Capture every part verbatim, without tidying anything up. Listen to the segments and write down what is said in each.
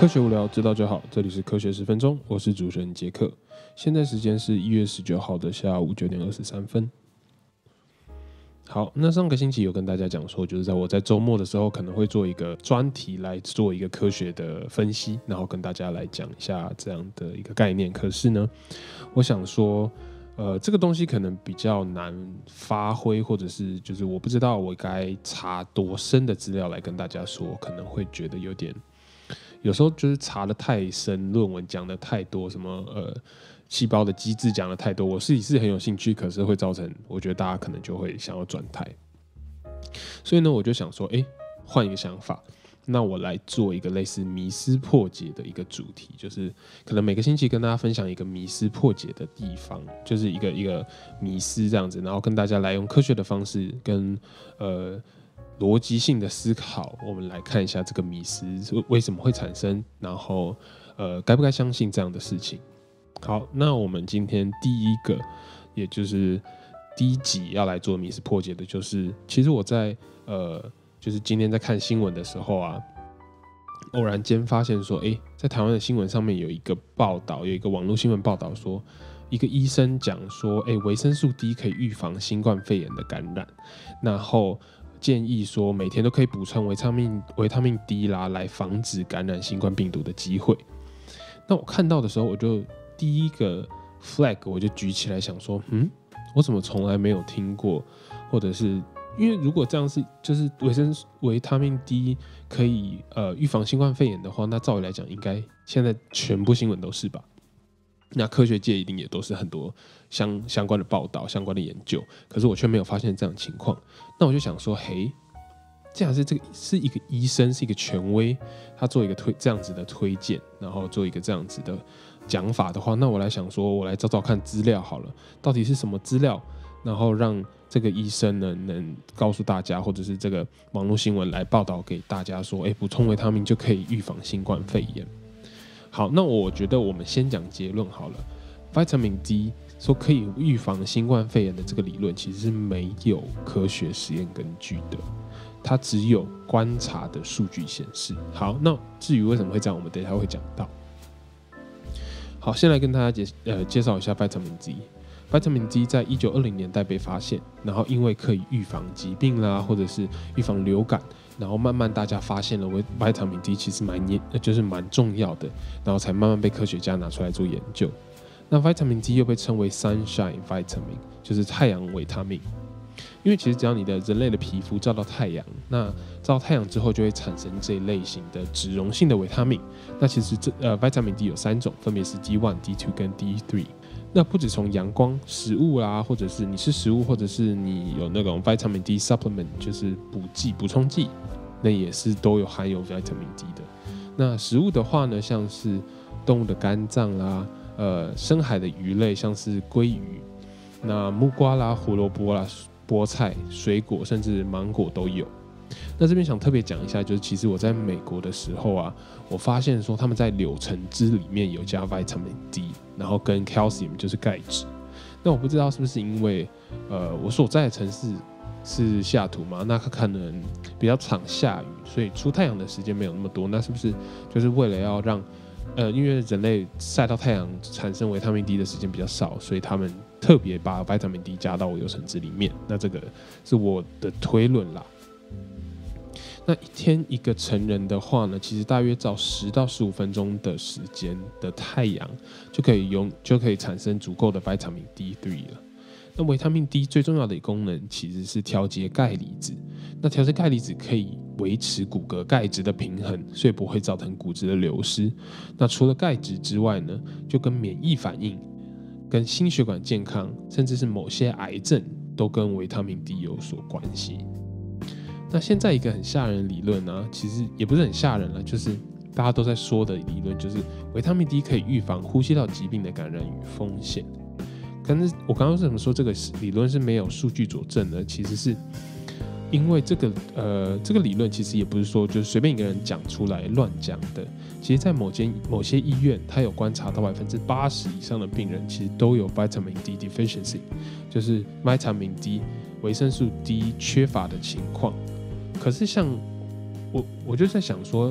科学无聊，知道就好。这里是科学十分钟，我是主持人杰克。现在时间是一月十九号的下午九点二十三分。好，那上个星期有跟大家讲说，就是在我在周末的时候可能会做一个专题来做一个科学的分析，然后跟大家来讲一下这样的一个概念。可是呢，我想说，呃，这个东西可能比较难发挥，或者是就是我不知道我该查多深的资料来跟大家说，可能会觉得有点。有时候就是查得太深，论文讲得太多，什么呃细胞的机制讲得太多，我自己是很有兴趣，可是会造成我觉得大家可能就会想要转台。所以呢，我就想说，哎，换一个想法，那我来做一个类似迷思破解的一个主题，就是可能每个星期跟大家分享一个迷思破解的地方，就是一个一个迷思这样子，然后跟大家来用科学的方式跟呃。逻辑性的思考，我们来看一下这个迷思为什么会产生，然后呃，该不该相信这样的事情？好，那我们今天第一个，也就是第一集要来做迷思破解的，就是其实我在呃，就是今天在看新闻的时候啊，偶然间发现说，哎，在台湾的新闻上面有一个报道，有一个网络新闻报道说，一个医生讲说，哎，维生素 D 可以预防新冠肺炎的感染，然后。建议说每天都可以补充维他命维他命 D 啦，来防止感染新冠病毒的机会。那我看到的时候，我就第一个 flag 我就举起来想说，嗯，我怎么从来没有听过，或者是因为如果这样是就是维生维他命 D 可以呃预防新冠肺炎的话，那照理来讲，应该现在全部新闻都是吧？那科学界一定也都是很多 相, 相关的报道、相关的研究，可是我却没有发现这样的情况。那我就想说，嘿，这样是这个是一个医生，是一个权威，他做一个推这样子的推荐，然后做一个这样子的讲法的话，那我来想说，我来找找看资料好了，到底是什么资料，然后让这个医生呢能告诉大家，或者是这个网络新闻来报道给大家说，哎，补充维他命就可以预防新冠肺炎。好，那我觉得我们先讲结论好了。Vitamin D 说可以预防新冠肺炎的这个理论，其实是没有科学实验根据的，它只有观察的数据显示。好，那至于为什么会这样，我们等一下会讲到。好，先来跟大家介呃介绍一下 Vitamin D。Vitamin D 在一九二零年代被发现，然后因为可以预防疾病啦，或者是预防流感。然后慢慢大家发现了维他命 D 其实蛮就是蛮重要的，然后才慢慢被科学家拿出来做研究。那 Vitamin D 又被称为 Sunshine Vitamin， 就是太阳维他命。因为其实只要你的人类的皮肤照到太阳，那照太阳之后就会产生这一类型的脂溶性的维他命。那其实这呃 Vitamin D 有三种，分别是 D 一、D 二 跟 D 三。那不止从阳光、食物啦，或者是你吃食物，或者是你有那种 Vitamin D supplement， 就是补剂、补充剂，那也是都有含有 Vitamin D 的。那食物的话呢，像是动物的肝脏啦，呃，深海的鱼类，像是鲑鱼，那木瓜啦、胡萝卜啦、菠菜、水果，甚至芒果都有。那这边想特别讲一下，就是其实我在美国的时候啊，我发现说他们在柳橙汁里面有加 Vitamin D， 然后跟 Calcium 就是钙质。那我不知道是不是因为呃我所在的城市是西雅图嘛，那它可能比较常下雨，所以出太阳的时间没有那么多。那是不是就是为了要让呃因为人类晒到太阳产生维他命 D 的时间比较少，所以他们特别把 Vitamin D 加到柳橙汁里面？那这个是我的推论啦。那一天一个成人的话呢，其实大约照十到十五分钟的时间的太阳就可以用就可以产生足够的 Vitamin D 三 了。那维他命 D 最重要的功能其实是调节钙离子。那调节钙离子可以维持骨骼钙质的平衡，所以不会造成骨质的流失。那除了钙质之外呢，就跟免疫反应、跟心血管健康，甚至是某些癌症，都跟维他命 D 有所关系。那现在一个很吓人的理论呢、啊，其实也不是很吓人了，就是大家都在说的理论，就是维他命 D 可以预防呼吸道疾病的感染与风险。可是我刚刚为什么说这个理论是没有数据佐证的？其实是因为这个呃这个理论其实也不是说就是随便一个人讲出来乱讲的。其实，在某间某些医院，他有观察到百分之八十以上的病人其实都有 Vitamin D deficiency， 就是 Vitamin D 维生素 D 缺乏的情况。可是像我我就在想说，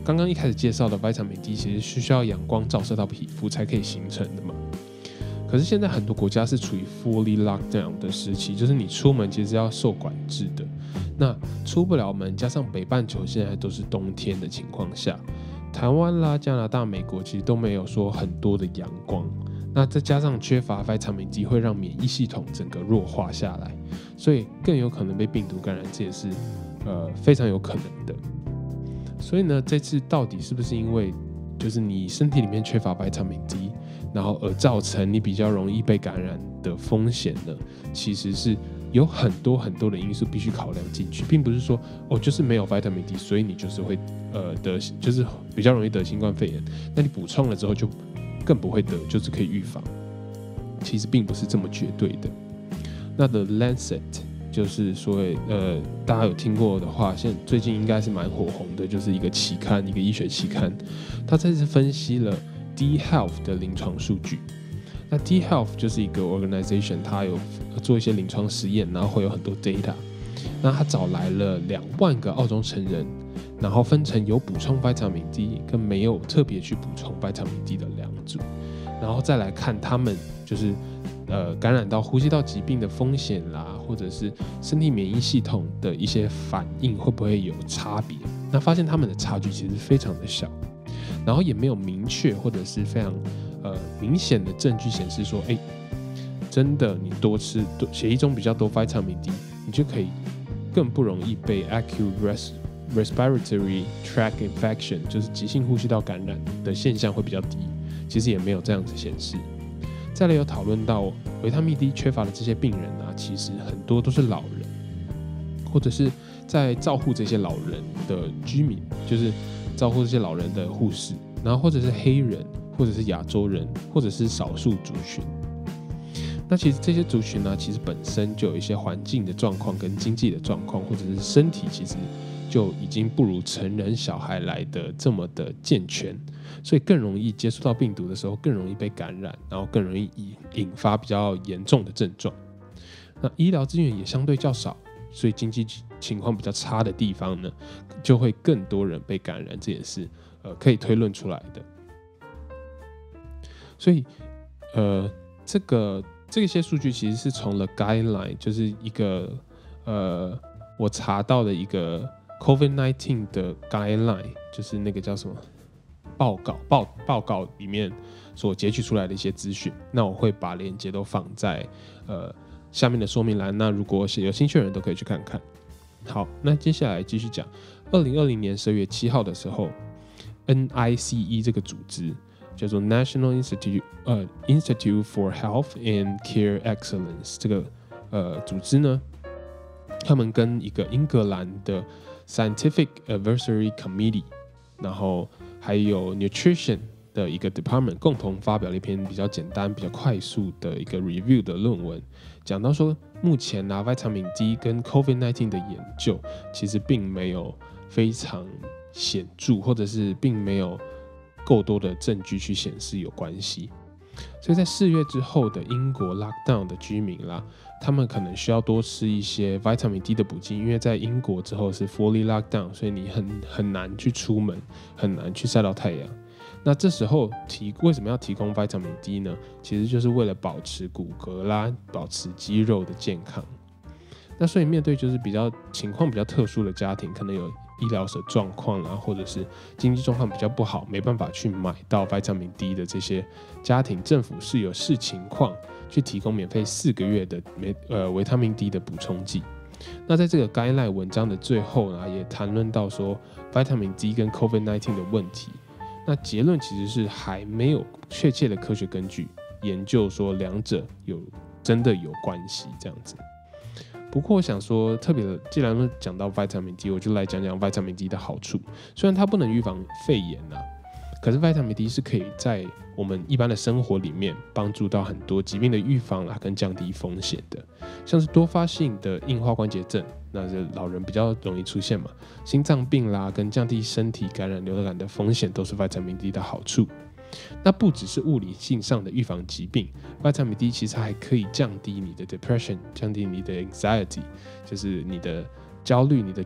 刚刚一开始介绍的 Vitamin D 其实是需要阳光照射到皮肤才可以形成的嘛。可是现在很多国家是处于 fully lockdown 的时期，就是你出门其实要受管制的。那出不了门，加上北半球现在都是冬天的情况下，台湾啦、加拿大、美国其实都没有说很多的阳光。那再加上缺乏 Vitamin D 会让免疫系统整个弱化下来，所以更有可能被病毒感染，这也是呃非常有可能的。所以呢，这次到底是不是因为就是你身体里面缺乏 Vitamin D， 然后而造成你比较容易被感染的风险呢？其实是有很多很多的因素必须考量进去，并不是说哦就是没有 Vitamin D， 所以你就是会呃得就是比较容易得新冠肺炎，那你补充了之后就更不会得，就是可以预防。其实并不是这么绝对的。那 The Lancet 就是所谓呃大家有听过的话，现最近应该是蛮火红的，就是一个期刊，一个医学期刊，它这次分析了 D Health 的临床数据。那 D Health 就是一个 organization， 它有做一些临床实验，然后会有很多 data。那他找来了两万个澳洲成人，然后分成有补充 Vitamin D 跟没有特别去补充 Vitamin D 的两组，然后再来看他们就是呃感染到呼吸道疾病的风险啦，或者是身体免疫系统的一些反应会不会有差别。那发现他们的差距其实非常的小，然后也没有明确或者是非常呃明显的证据显示说，哎，真的你多吃多血液中比较多 Vitamin D， 你就可以更不容易被 acute respiratory tract infection， 就是急性呼吸道感染的现象会比较低。其实也没有这样子显示。再来有讨论到维他命 D 缺乏的这些病人啊，其实很多都是老人，或者是在照护这些老人的居民，就是照护这些老人的护士，然后或者是黑人，或者是亚洲人，或者是少数族群。那其实这些族群呢、啊，其实本身就有一些环境的状况跟经济的状况，或者是身体其实就已经不如成人小孩来的这么的健全，所以更容易接触到病毒的时候更容易被感染，然后更容易引发比较严重的症状。那医疗资源也相对较少，所以经济情况比较差的地方呢，就会更多人被感染，这也是呃可以推论出来的。所以呃这个这些数据其实是从了 guideline， 就是一个呃我查到的一个 COVID 十九 的 guideline， 就是那个叫什么报告 报, 报告里面所截取出来的一些资讯。那我会把链接都放在呃下面的说明栏，那如果有兴趣的人都可以去看看。好，那接下来继续讲二零二零年十二月七号的时候 N I C E 这个组织叫做 National Institute,、呃、Institute for Health and Care Excellence 这个、呃、组织呢，他们跟一个英格兰的 Scientific Advisory Committee， 然后还有 Nutrition 的一个 Department 共同发表了一篇比较简单、比较快速的一个 review 的论文，讲到说目前啊 Vitamin D 跟 COVID 十九 的研究其实并没有非常显著，或者是并没有够多的证据去显示有关系。所以在四月之后的英国 lockdown 的居民啦，他们可能需要多吃一些 Vitamin D 的补剂，因为在英国之后是 fully lockdown， 所以你 很, 很难去出门，很难去晒到太阳。那这时候提为什么要提供 Vitamin D 呢？其实就是为了保持骨骼啦，保持肌肉的健康。那所以面对就是比较情况比较特殊的家庭，可能有医疗的状况啦，或者是经济状况比较不好，没办法去买到 Vitamin D 的这些家庭，政府是有视情况去提供免费四个月的呃维他命 D 的补充剂。那在这个 guideline 文章的最后呢，也谈论到说 Vitamin D 跟 COVID 十九 的问题。那结论其实是还没有确切的科学根据研究说两者有真的有关系这样子。不过我想说，特别的，既然讲到 Vitamin D， 我就来讲讲 Vitamin D 的好处。虽然它不能预防肺炎啊，可是 Vitamin D 是可以在我们一般的生活里面帮助到很多疾病的预防啦，跟降低风险的，像是多发性的硬化关节症，那是老人比较容易出现嘛，心脏病啦，跟降低身体感染流感的风险都是 Vitamin D 的好处。那不只是物理性上的预防疾病 ，Vitamin D 其实还可以降低你的 depression， 降低你的 anxiety， 就是你的焦虑、你的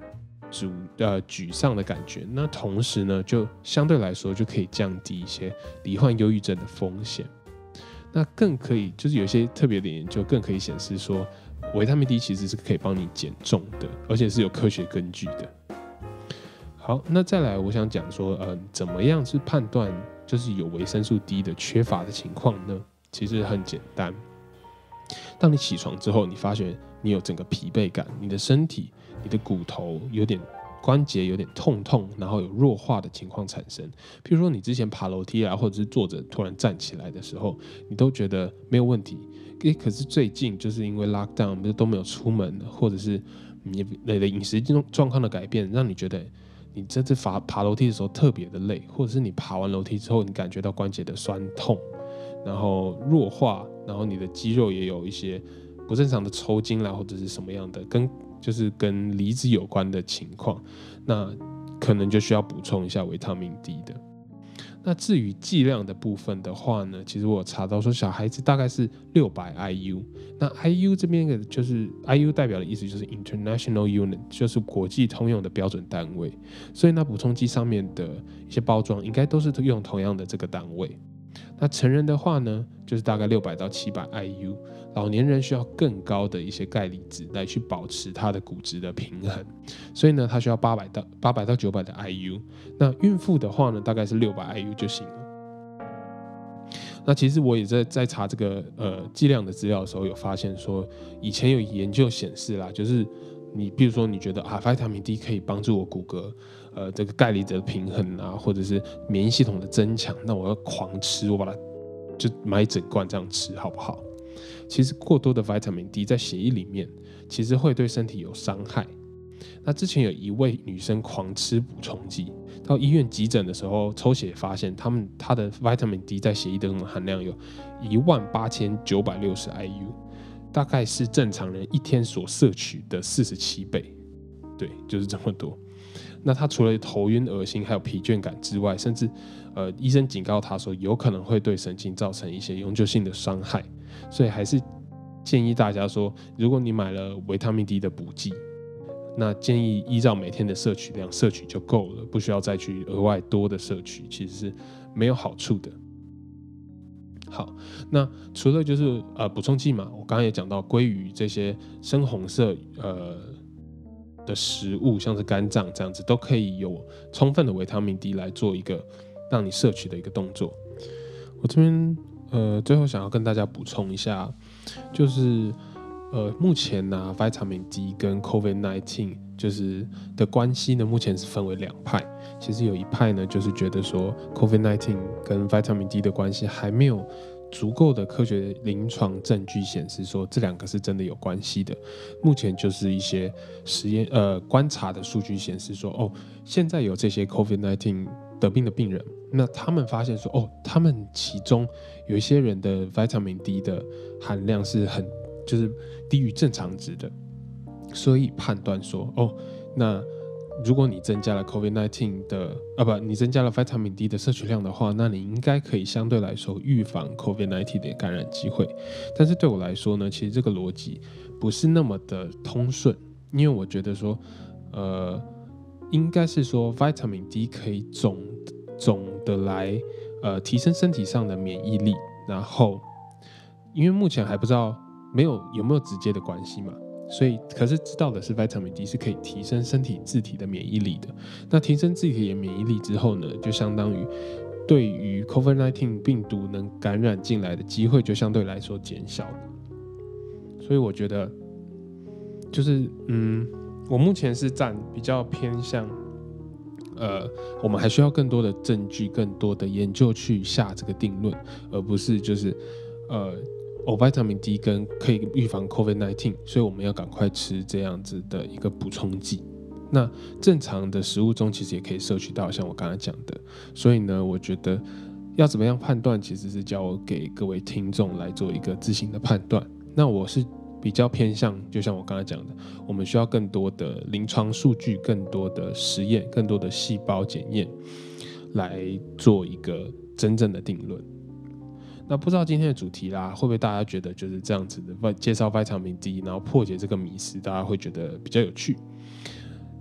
主呃沮丧的感觉，那同时呢，就相对来说就可以降低一些罹患忧郁症的风险。那更可以就是有一些特别的研究更可以显示说，维他命 D 其实是可以帮你减重的，而且是有科学根据的。好，那再来我想讲说，呃，怎么样是判断就是有维生素 D 的缺乏的情况呢？其实很简单，当你起床之后，你发现你有整个疲惫感，你的身体、你的骨头有点关节有点痛痛，然后有弱化的情况产生。譬如说你之前爬楼梯啊，或者是坐着突然站起来的时候，你都觉得没有问题，可是最近就是因为 lockdown 都没有出门，或者是你的饮食状况的改变，让你觉得你这次爬爬楼梯的时候特别的累，或者是你爬完楼梯之后，你感觉到关节的酸痛，然后弱化，然后你的肌肉也有一些不正常的抽筋啦，或者是什么样的跟就是跟离子有关的情况，那可能就需要补充一下维他命 D 的。那至于剂量的部分的话呢，其实我有查到说小孩子大概是六百 I U， 那 I U 这边的就是 I U 代表的意思就是 International Unit， 就是国际通用的标准单位，所以那补充剂上面的一些包装应该都是用同样的这个单位。那成人的话呢，就是大概六百到七百 I U， 老年人需要更高的一些钙离子来去保持它的骨质的平衡，所以呢，它需要八百到八百到九百的 I U。那孕妇的话呢，大概是六百 I U 就行了。那其实我也在在查这个呃剂量的资料的时候，有发现说，以前有研究显示啦，就是你比如说你觉得啊，维他命 D 可以帮助我骨骼呃这个钙离子的平衡啊，或者是免疫系统的增强，那我要狂吃，我把它就买一整罐这样吃好不好？其实过多的维他命 D 在血液里面其实会对身体有伤害。那之前有一位女生狂吃补充剂，到医院急诊的时候抽血发现，他们她的维他命 D 在血液的含量有一万八千九百六十 I U， 大概是正常人一天所摄取的四十七倍，对，就是这么多。那她除了头晕、恶心还有疲倦感之外，甚至呃医生警告她说，有可能会对神经造成一些永久性的伤害，所以还是建议大家说，如果你买了维他命 D 的补剂，那建议依照每天的摄取量摄取就够了，不需要再去额外多的摄取，其实是没有好处的。好，那除了就是呃补充剂嘛，我刚刚也讲到鲑鱼这些深红色呃的食物，像是肝脏这样子，都可以有充分的维他命 D 来做一个让你摄取的一个动作。我这边呃最后想要跟大家补充一下，就是呃目前呢、啊，维他命 D 跟 COVID 十九 就是的关系呢，目前是分为两派。其实有一派呢，就是觉得说 COVID 十九 跟维他命 D 的关系还没有足够的科学临床证据显示说这两个是真的有关系的。目前就是一些实验呃观察的数据显示说，哦，现在有这些 COVID 十九 得病的病人，那他们发现说，哦，他们其中有一些人的维他命 D 的含量是很就是低于正常值的，所以判断说，哦，那如果你增加了 COVID 十九 的啊不，你增加了维他命 D 的摄取量的话，那你应该可以相对来说预防 COVID 十九 的感染机会。但是对我来说呢，其实这个逻辑不是那么的通顺，因为我觉得说，呃，应该是说维他命 D 可以总总的来呃提升身体上的免疫力，然后因为目前还不知道没有有没有直接的关系嘛。所以，可是知道的是，维他命 D 是可以提升身体自体的免疫力的。那提升自体的免疫力之后呢，就相当于对于 COVID 十九 病毒能感染进来的机会就相对来说减小了。所以我觉得，就是嗯，我目前是站比较偏向，呃，我们还需要更多的证据、更多的研究去下这个定论，而不是就是呃。哦，维他命 D 跟可以预防 COVID 十九，所以我们要赶快吃这样子的一个补充剂。那正常的食物中其实也可以摄取到，像我刚才讲的。所以呢，我觉得要怎么样判断，其实是交我给各位听众来做一个自行的判断。那我是比较偏向，就像我刚才讲的，我们需要更多的临床数据、更多的实验、更多的细胞检验，来做一个真正的定论。那不知道今天的主题啦，会不会大家觉得就是这样子的介绍维他命 D， 然后破解这个迷思，大家会觉得比较有趣？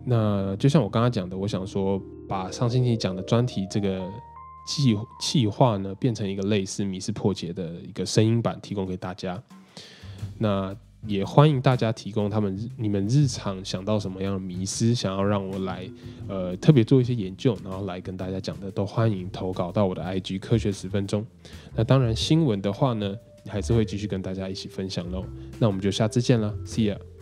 那就像我刚刚讲的，我想说把上星期讲的专题这个计企划呢，变成一个类似迷思破解的一个声音版，提供给大家。那也欢迎大家提供他们你们日常想到什么样的迷思，想要让我来呃特别做一些研究，然后来跟大家讲的，都欢迎投稿到我的 I G 科学十分钟。那当然新闻的话呢，还是会继续跟大家一起分享咯。那我们就下次见啦 ，See ya。